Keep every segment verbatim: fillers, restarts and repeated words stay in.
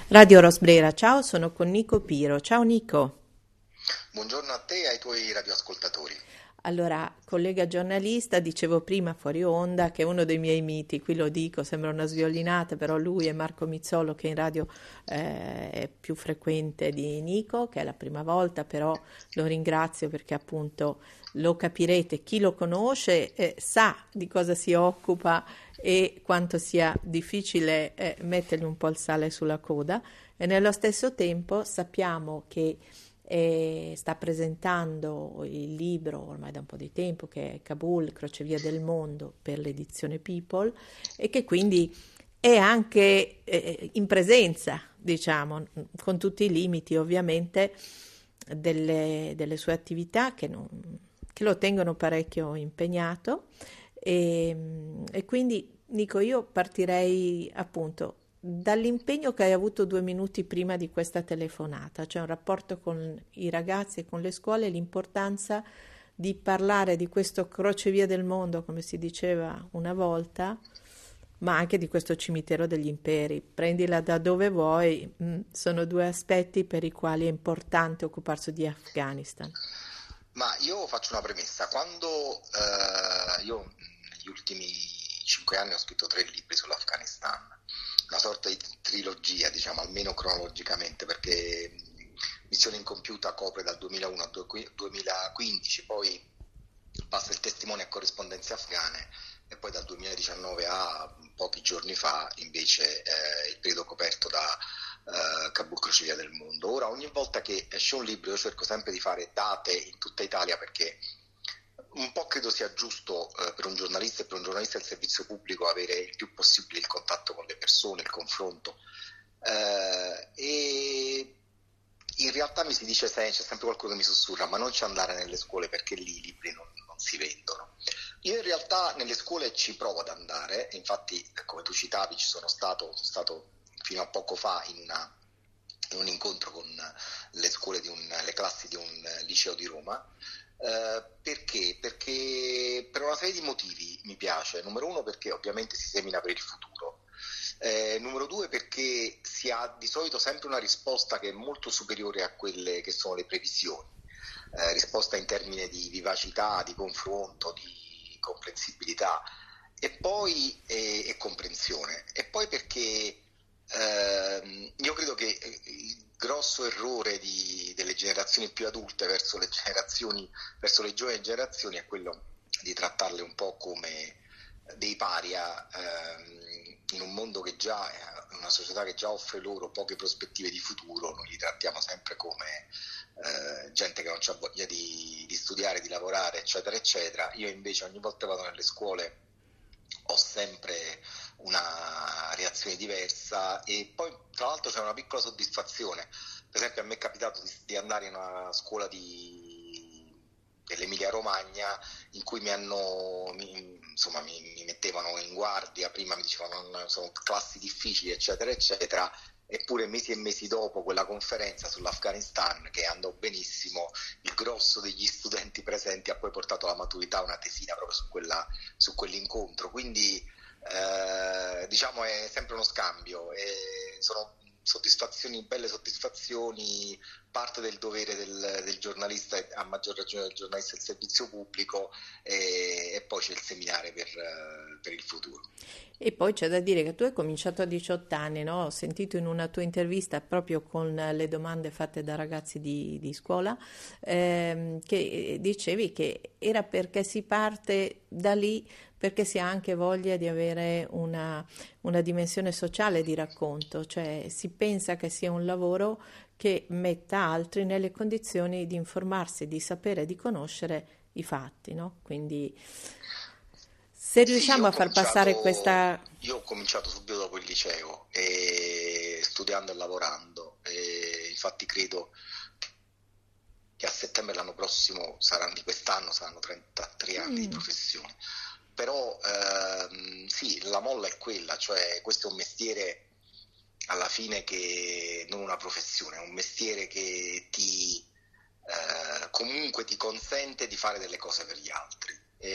Radio Rosbrera, ciao, sono con Nico Piro. Ciao Nico. Buongiorno a te e ai tuoi radioascoltatori. Allora, collega giornalista, dicevo prima fuori onda che è uno dei miei miti, qui lo dico, sembra una sviolinata, però lui è Marco Mizzolo che in radio eh, è più frequente di Nico, che è la prima volta, però lo ringrazio perché appunto lo capirete, chi lo conosce eh, sa di cosa si occupa e quanto sia difficile eh, mettergli un po' il sale sulla coda e nello stesso tempo sappiamo che e sta presentando il libro ormai da un po' di tempo che è Kabul, Crocevia del mondo per l'edizione People e che quindi è anche eh, in presenza, diciamo, con tutti i limiti ovviamente delle, delle sue attività che, non, che lo tengono parecchio impegnato e, e quindi Nico, io partirei appunto dall'impegno che hai avuto due minuti prima di questa telefonata, cioè un rapporto con i ragazzi e con le scuole, l'importanza di parlare di questo crocevia del mondo, come si diceva una volta, ma anche di questo cimitero degli imperi. Prendila da dove vuoi, mh, sono due aspetti per i quali è importante occuparsi di Afghanistan. Ma io faccio una premessa. Quando eh, io negli ultimi cinque anni ho scritto tre libri sull'Afghanistan, una sorta di trilogia, diciamo, almeno cronologicamente, perché Missione Incompiuta copre dal duemilauno al duemilaquindici, poi passa il testimone a corrispondenze afghane e poi dal duemiladiciannove a pochi giorni fa invece eh, il periodo coperto da eh, Kabul, Crocevia del mondo. Ora, ogni volta che esce un libro io cerco sempre di fare date in tutta Italia perché un po' credo sia giusto eh, per un giornalista e per un giornalista del servizio pubblico avere il più possibile il contatto con le persone, il confronto eh, e in realtà mi si dice sempre, c'è sempre qualcuno che mi sussurra, ma non ci andare nelle scuole perché lì i libri non, non si vendono. Io in realtà nelle scuole ci provo ad andare, infatti come tu citavi ci sono stato, sono stato fino a poco fa in, una, in un incontro con le scuole di un, le classi di un liceo di Roma. Uh, perché? Perché per una serie di motivi mi piace. Numero uno perché ovviamente si semina per il futuro. Eh, numero due perché si ha di solito sempre una risposta che è molto superiore a quelle che sono le previsioni. Eh, risposta in termini di vivacità, di confronto, di comprensibilità e poi e, e comprensione. E poi perché eh, io credo che il grosso errore di, delle generazioni più adulte verso le generazioni, verso le giovani generazioni è quello di trattarle un po' come dei paria ehm, in un mondo che già è una società che già offre loro poche prospettive di futuro. Noi li trattiamo sempre come eh, gente che non ha voglia di, di studiare, di lavorare, eccetera eccetera. Io invece ogni volta che vado nelle scuole ho sempre una reazione diversa e poi tra l'altro c'è una piccola soddisfazione. Per esempio a me è capitato di, di andare in una scuola di, dell'Emilia Romagna in cui mi hanno mi, insomma mi, mi mettevano in guardia, prima mi dicevano sono classi difficili eccetera eccetera, eppure mesi e mesi dopo quella conferenza sull'Afghanistan che andò benissimo, il grosso degli studenti presenti ha poi portato alla maturità una tesina proprio su, quella, su quell'incontro, quindi eh, diciamo è sempre uno scambio e sono soddisfazioni, belle soddisfazioni, parte del dovere del, del giornalista, a maggior ragione del giornalista del servizio pubblico e, e poi c'è il seminare per, per il futuro. E poi c'è da dire che tu hai cominciato a diciotto anni, no? Ho sentito in una tua intervista proprio con le domande fatte da ragazzi di, di scuola ehm, che dicevi che era perché si parte da lì perché si ha anche voglia di avere una, una dimensione sociale di racconto, cioè si pensa che sia un lavoro che metta altri nelle condizioni di informarsi, di sapere, di conoscere i fatti, no? Quindi se Sì, riusciamo io ho a far passare cominciato, questa... io ho cominciato subito dopo il liceo, e studiando e lavorando, e infatti credo che a settembre l'anno prossimo saranno, di quest'anno saranno trentatré anni di Mm. professione. Però ehm, sì, la molla è quella, cioè questo è un mestiere alla fine che non una professione, è un mestiere che ti eh, comunque ti consente di fare delle cose per gli altri.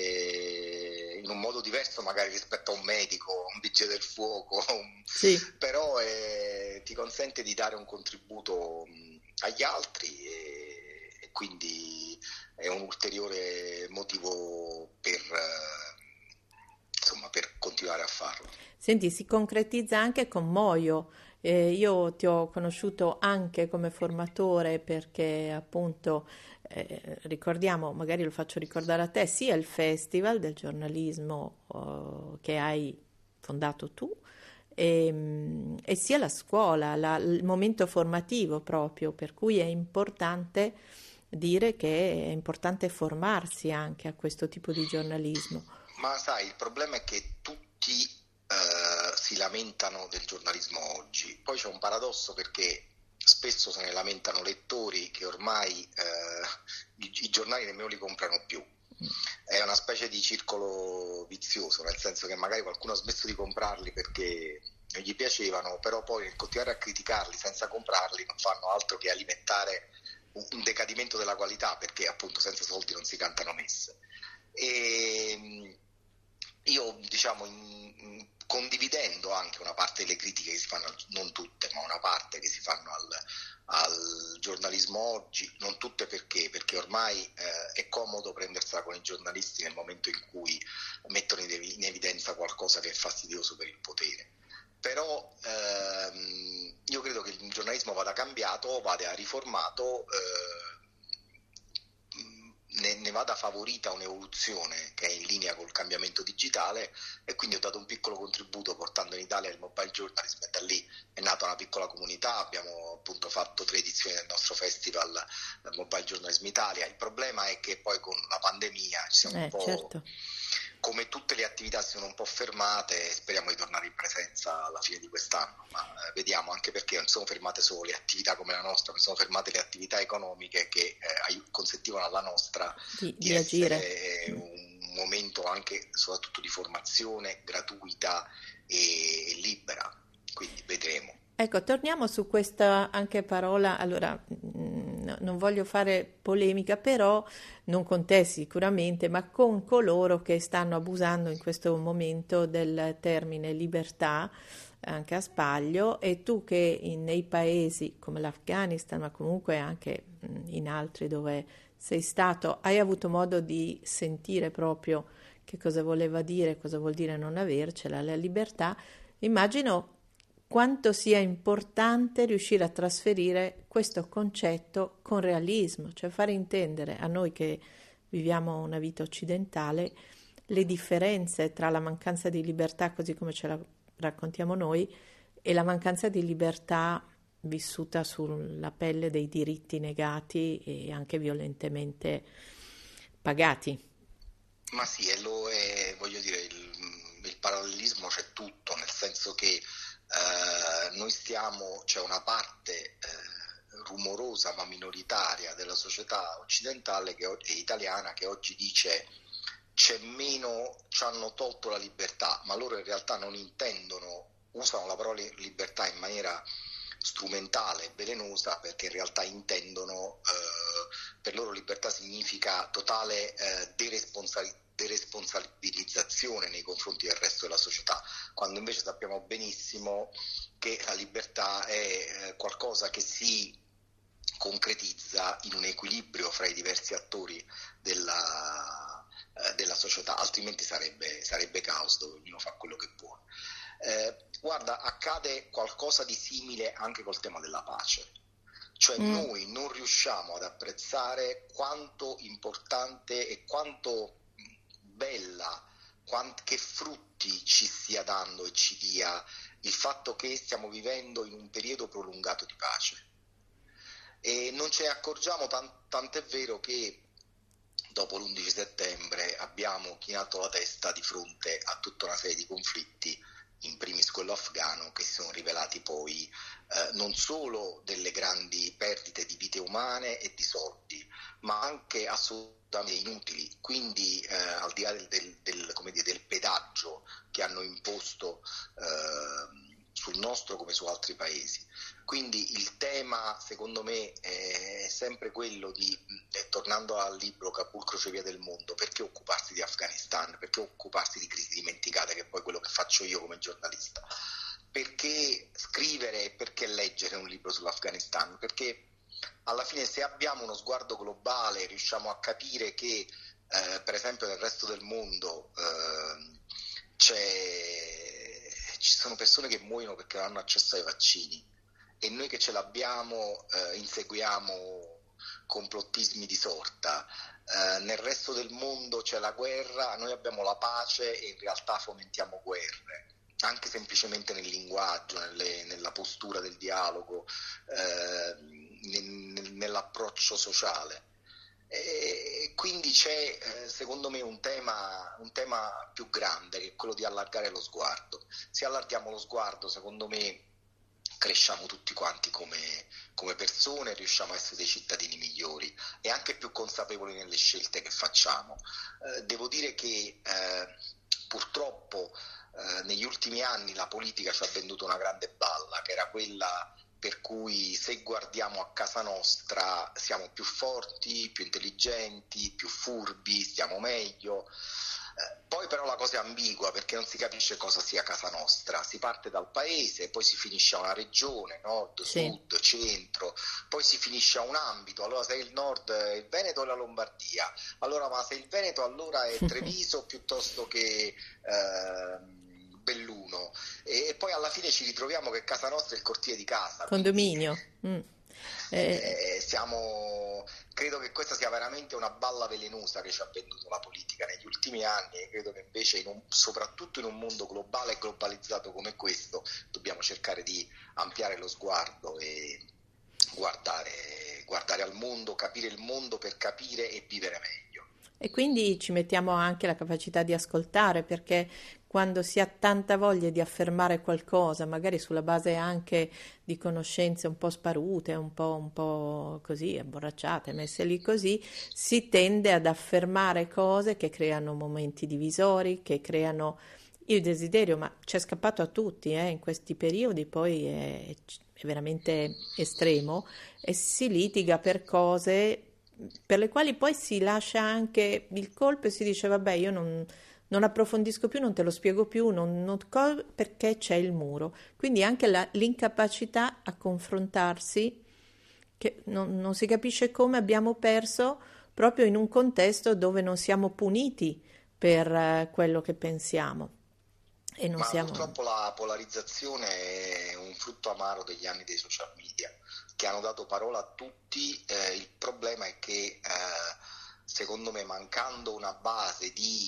E in un modo diverso magari rispetto a un medico, un vigile del fuoco, un... Sì, però è, ti consente di dare un contributo mh, agli altri e, e quindi è un ulteriore motivo per, eh, insomma, per continuare a farlo. Senti, si concretizza anche con Moio. Eh, io ti ho conosciuto anche come formatore perché appunto eh, ricordiamo, magari lo faccio ricordare a te, sia il Festival del giornalismo oh, che hai fondato tu e, mm, e sia la scuola, la- il momento formativo proprio, per cui è importante dire che è importante formarsi anche a questo tipo di giornalismo. Ma sai, il problema è che tutti eh, si lamentano del giornalismo oggi. Poi c'è un paradosso perché spesso se ne lamentano lettori che ormai eh, i, i giornali nemmeno li comprano più. È una specie di circolo vizioso, nel senso che magari qualcuno ha smesso di comprarli perché non gli piacevano, però poi nel continuare a criticarli senza comprarli non fanno altro che alimentare un, un decadimento della qualità, perché appunto senza soldi non si cantano messe. E io, diciamo, in- in- condividendo anche una parte delle critiche che si fanno, al- non tutte, ma una parte che si fanno al, al giornalismo oggi, non tutte perché? Perché ormai eh, è comodo prendersela con i giornalisti nel momento in cui mettono in, evi- in evidenza qualcosa che è fastidioso per il potere. Però ehm, io credo che il giornalismo vada cambiato, vada riformato, eh, ne, ne vada favorita un'evoluzione che è in linea col cambiamento digitale, e quindi ho dato un piccolo contributo portando in Italia il mobile journalism, e da lì è nata una piccola comunità. Abbiamo appunto fatto tre edizioni del nostro festival eh, Mobile Journalism Italia. Il problema è che poi con la pandemia ci siamo un Eh, po', certo. come tutte le attività, si sono un po' fermate, e speriamo di tornare in presenza alla fine di quest'anno, ma eh, vediamo, anche perché non sono fermate solo le attività come la nostra, ma sono fermate le attività economiche che eh, ai- consentivano alla nostra Di, di di agire. essere eh, Mm. un momento anche soprattutto di formazione gratuita e, e libera, quindi vedremo. Ecco, torniamo su questa anche parola, allora mm, no- non voglio fare polemica, però non con te sicuramente, ma con coloro che stanno abusando in questo momento del termine libertà, anche a spaglio, e tu che in- nei paesi come l'Afghanistan, ma comunque anche mm, in altri dove sei stato, hai avuto modo di sentire proprio che cosa voleva dire, cosa vuol dire non avercela, la libertà. Immagino quanto sia importante riuscire a trasferire questo concetto con realismo, cioè fare intendere a noi che viviamo una vita occidentale le differenze tra la mancanza di libertà, così come ce la raccontiamo noi, e la mancanza di libertà vissuta sulla pelle dei diritti negati e anche violentemente pagati. Ma sì, e lo è, voglio dire, il, il parallelismo c'è tutto, nel senso che eh, noi stiamo, c'è una parte eh, rumorosa ma minoritaria della società occidentale che, o- e italiana che oggi dice c'è meno, ci hanno tolto la libertà, ma loro in realtà non intendono, usano la parola libertà in maniera strumentale e velenosa, perché in realtà intendono, eh, per loro libertà significa totale eh, deresponsabilità deresponsabilizzazione nei confronti del resto della società, quando invece sappiamo benissimo che la libertà è eh, qualcosa che si concretizza in un equilibrio fra i diversi attori della, eh, della società, altrimenti sarebbe, sarebbe caos dove ognuno fa quello che vuole. Eh, guarda, accade qualcosa di simile anche col tema della pace. Cioè Mm. noi non riusciamo ad apprezzare quanto importante e quanto bella, quant- che frutti ci stia dando e ci dia il fatto che stiamo vivendo in un periodo prolungato di pace. E non ce ne accorgiamo, tan- tant'è vero che dopo l'undici settembre abbiamo chinato la testa di fronte a tutta una serie di conflitti, in primis quello afghano, che si sono rivelati poi eh, non solo delle grandi perdite di vite umane e di soldi, ma anche assolutamente inutili. Quindi eh, al di là del, del, del, come dire, del pedaggio che hanno imposto eh, sul nostro come su altri paesi. Quindi il tema, secondo me, è sempre quello di, eh, tornando al libro Kabul, crocevia del mondo, perché occuparsi di Afghanistan, perché occuparsi di crisi dimenticate, che è poi quello che faccio io come giornalista? Perché scrivere e perché leggere libro sull'Afghanistan, perché alla fine se abbiamo uno sguardo globale riusciamo a capire che eh, per esempio nel resto del mondo eh, c'è, ci sono persone che muoiono perché non hanno accesso ai vaccini, e noi che ce l'abbiamo eh, inseguiamo complottismi di sorta. Eh, nel resto del mondo c'è la guerra, noi abbiamo la pace e in realtà fomentiamo guerre, anche semplicemente nel linguaggio, nelle, nella postura del dialogo, eh, nel, nell'approccio sociale. E quindi c'è eh, secondo me un tema, un tema più grande, che è quello di allargare lo sguardo. Se allarghiamo lo sguardo, secondo me cresciamo tutti quanti come, come persone, riusciamo a essere dei cittadini migliori e anche più consapevoli nelle scelte che facciamo. Eh, devo dire che eh, purtroppo eh, negli ultimi anni la politica ci ha venduto una grande balla, che era quella per cui se guardiamo a casa nostra siamo più forti, più intelligenti, più furbi, stiamo meglio. Eh, poi però la cosa è ambigua, perché non si capisce cosa sia casa nostra. Si parte dal paese, poi si finisce a una regione, nord, Sì. sud, centro, poi si finisce a un ambito. Allora se è il nord è il Veneto e la Lombardia, allora ma se è il Veneto allora è Treviso piuttosto che eh, Belluno, e, e poi alla fine ci ritroviamo che casa nostra è il cortile di casa. Condominio. Quindi, Mm. Eh, eh, siamo, credo che questa sia veramente una balla velenosa che ci ha venduto la politica negli ultimi anni, e credo che invece in un, soprattutto in un mondo globale e globalizzato come questo dobbiamo cercare di ampliare lo sguardo e guardare, guardare al mondo, capire il mondo per capire e vivere meglio. E quindi ci mettiamo anche la capacità di ascoltare, perché quando si ha tanta voglia di affermare qualcosa, magari sulla base anche di conoscenze un po' sparute, un po', un po' così, abborracciate, messe lì così, si tende ad affermare cose che creano momenti divisori, che creano il desiderio, ma c'è scappato a tutti, eh, in questi periodi, poi è, è veramente estremo, e si litiga per cose per le quali poi si lascia anche il colpo e si dice vabbè, io non, non approfondisco più, non te lo spiego più, non, non co- perché c'è il muro. Quindi anche la- l'incapacità a confrontarsi, che non, non si capisce come abbiamo perso proprio in un contesto dove non siamo puniti per eh, quello che pensiamo e non Ma siamo... purtroppo la polarizzazione è un frutto amaro degli anni dei social media, che hanno dato parola a tutti. Eh, il problema è che, eh, secondo me, mancando una base di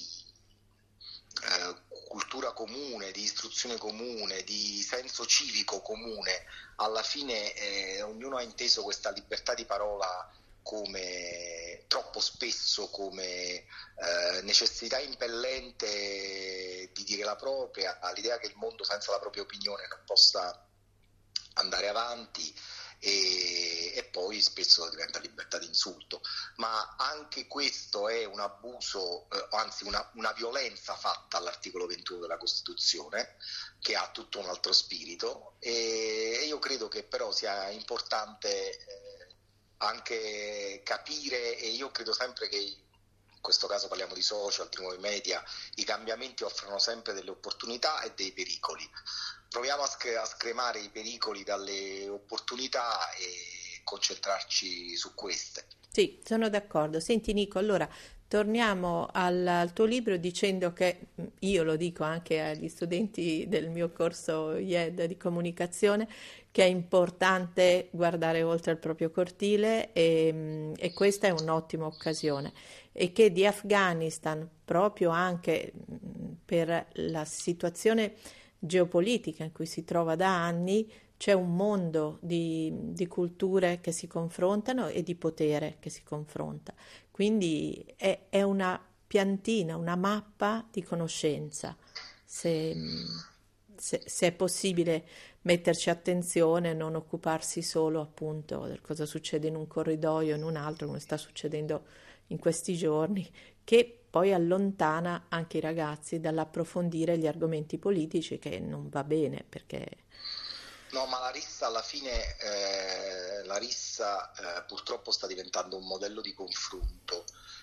eh, cultura comune, di istruzione comune, di senso civico comune, alla fine eh, ognuno ha inteso questa libertà di parola come troppo spesso come eh, necessità impellente di dire la propria, l'idea che il mondo senza la propria opinione non possa andare avanti, e, e poi spesso diventa libertà di insulto. Ma anche questo è un abuso, eh, anzi una, una violenza fatta all'articolo ventuno della Costituzione, che ha tutto un altro spirito, e, e io credo che però sia importante eh, anche capire, e io credo sempre che in questo caso parliamo di social, di nuovi media, i cambiamenti offrono sempre delle opportunità e dei pericoli. Proviamo a, sc- a scremare i pericoli dalle opportunità e concentrarci su queste. Sì, sono d'accordo. Senti Nico, allora torniamo al, al tuo libro dicendo che mh, io lo dico anche agli studenti del mio corso I E D di comunicazione, che è importante guardare oltre il proprio cortile e, mh, e questa è un'ottima occasione e che di Afghanistan, proprio anche mh, per la situazione geopolitica in cui si trova da anni, c'è un mondo di, di culture che si confrontano e di potere che si confronta. Quindi è, è una piantina, una mappa di conoscenza. Se, se, se è possibile metterci attenzione e non occuparsi solo appunto del cosa succede in un corridoio o in un altro, come sta succedendo in questi giorni, che poi allontana anche i ragazzi dall'approfondire gli argomenti politici, che non va bene perché No, ma la rissa alla fine, eh, la rissa eh, purtroppo sta diventando un modello di confronto,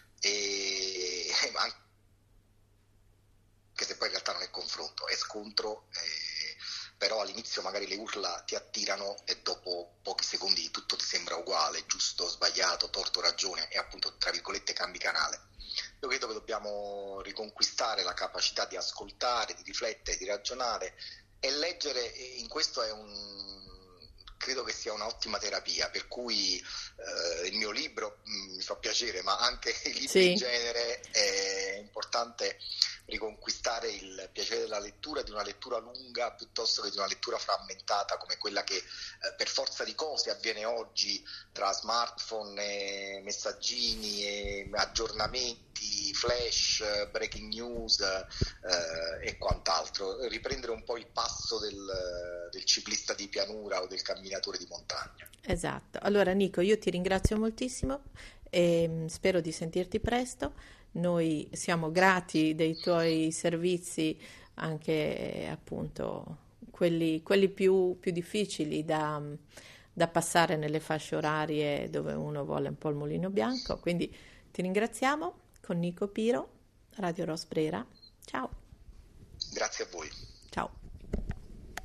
e, ma anche se poi in realtà non è confronto, è scontro, eh, però all'inizio magari le urla ti attirano e dopo pochi secondi tutto ti sembra uguale, giusto, sbagliato, torto, ragione, e appunto tra virgolette cambi canale. Io credo che dobbiamo riconquistare la capacità di ascoltare, di riflettere, di ragionare, e leggere in questo è un credo che sia un'ottima terapia, per cui eh, il mio libro mh, mi fa piacere, ma anche i libri sì. in genere è importante riconquistare il piacere della lettura, di una lettura lunga piuttosto che di una lettura frammentata come quella che eh, per forza di cose avviene oggi tra smartphone e messaggini e aggiornamenti, flash, breaking news eh, e quant'altro. Riprendere un po' il passo del, del ciclista di pianura o del camminatore di montagna. Esatto. Allora Nico, io ti ringrazio moltissimo e spero di sentirti presto. Noi siamo grati dei tuoi servizi, anche appunto quelli, quelli più, più difficili da, da passare nelle fasce orarie dove uno vuole un po' il mulino bianco. Quindi ti ringraziamo con Nico Piro, Radio Rosbrera. Ciao. Grazie a voi. Ciao.